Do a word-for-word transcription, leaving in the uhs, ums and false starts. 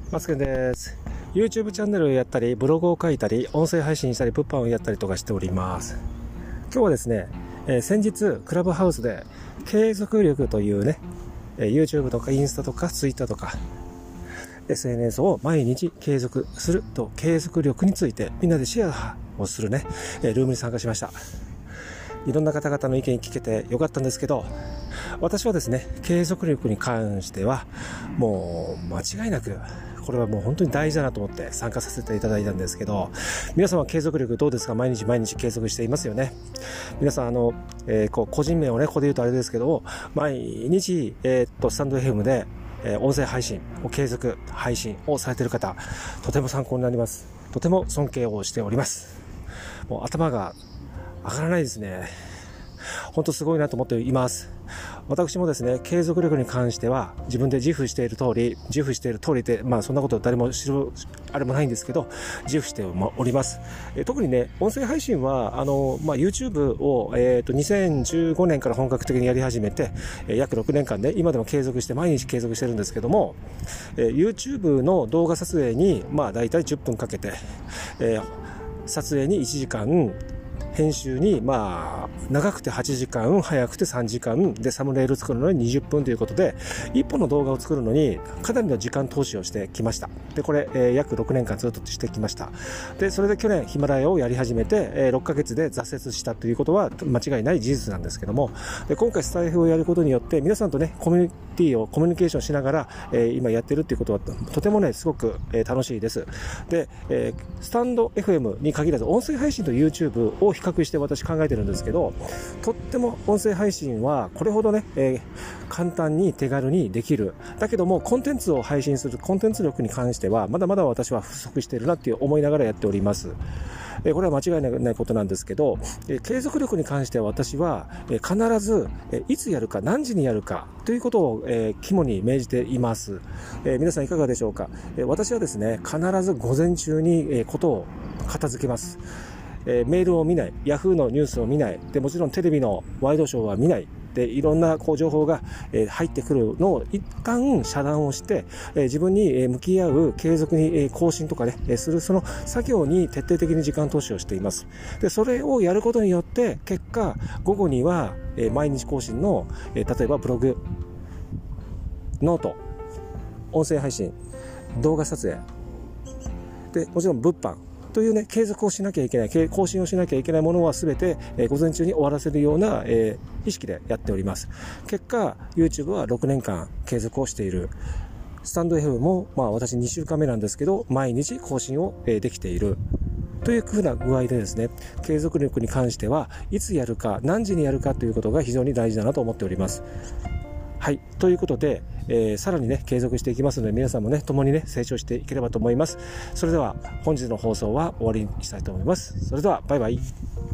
マツケンです。 YouTube チャンネルをやったり、ブログを書いたり、音声配信したり、物販をやったりとかしております。今日はですね、えー、先日クラブハウスで継続力というね、えー、YouTube とかインスタとか Twitter とか エスエヌエス を毎日継続すると継続力についてみんなでシェアをするね、えー、ルームに参加しました。いろんな方々の意見聞けてよかったんですけど、私はですね、継続力に関してはもう間違いなくこれはもう本当に大事だなと思って参加させていただいたんですけど、皆様継続力どうですか？毎日毎日継続していますよね。皆さんあの、えー、こう個人名をねここで言うとあれですけど、毎日、えー、っとスタンド エフエム で、えー、音声配信を継続配信をされている方、とても参考になります。とても尊敬をしております。もう頭が上がらないですね。本当すごいなと思っています。私もですね、継続力に関しては自分で自負している通り自負している通りで、まあそんなこと誰も知るあれもないんですけど、自負しております。え特にね、音声配信はあの、まあ、YouTube を、えー、とにせんじゅうごねんから本格的にやり始めて、えー、約ろくねんかんで、ね、今でも継続して毎日継続してるんですけども、えー、YouTube の動画撮影にまあだいたいじゅっぷんかけて、えー、撮影にいちじかん、編集にまあ長くてはちじかん、早くてさんじかんで、サムネイル作るのににじゅっぷんということで、いっぽんの動画を作るのにかなりの時間投資をしてきました。でこれ、えー、約ろくねんかんずっとしてきました。でそれで去年ヒマラヤをやり始めて、えー、ろっかげつで挫折したということは間違いない事実なんですけども、で今回スタイフをやることによって皆さんとねコミュニティをコミュニケーションしながら、えー、今やってるっていうことはとてもねすごく、えー、楽しいです。で、えー、スタンド エフエム に限らず音声配信と YouTube を比較して私考えてるんですけど、とっても音声配信はこれほどね、えー、簡単に手軽にできる。だけどもコンテンツを配信するコンテンツ力に関してはまだまだ私は不足しているなっていう思いながらやっております。えー、これは間違いないことなんですけど、えー、継続力に関しては私は、えー、必ず、えー、いつやるか何時にやるかということを、えー、肝に銘じています。えー、皆さんいかがでしょうか？えー、私はですね、必ず午前中に、えー、ことを片付けます。えー、メールを見ない、ヤフーのニュースを見ない、でもちろんテレビのワイドショーは見ない、でいろんなこう情報が、えー、入ってくるのを一旦遮断をして、えー、自分に、えー、向き合う継続に、えー、更新とかね、えー、するその作業に徹底的に時間投資をしています。でそれをやることによって結果午後には、えー、毎日更新の、えー、例えばブログ、ノート、音声配信、動画撮影でもちろん物販というね、継続をしなきゃいけない、更新をしなきゃいけないものはすべて、えー、午前中に終わらせるような、えー、意識でやっております。結果 YouTube はろくねんかん継続をしている。スタンド エフエム も、まあ、私にしゅうかんめなんですけど毎日更新を、えー、できているというふうな具合でですね、継続力に関してはいつやるか何時にやるかということが非常に大事だなと思っております。はい、ということで、えー、さらにね継続していきますので、皆さんもね共にね成長していければと思います。それでは本日の放送は終わりにしたいと思います。それではバイバイ。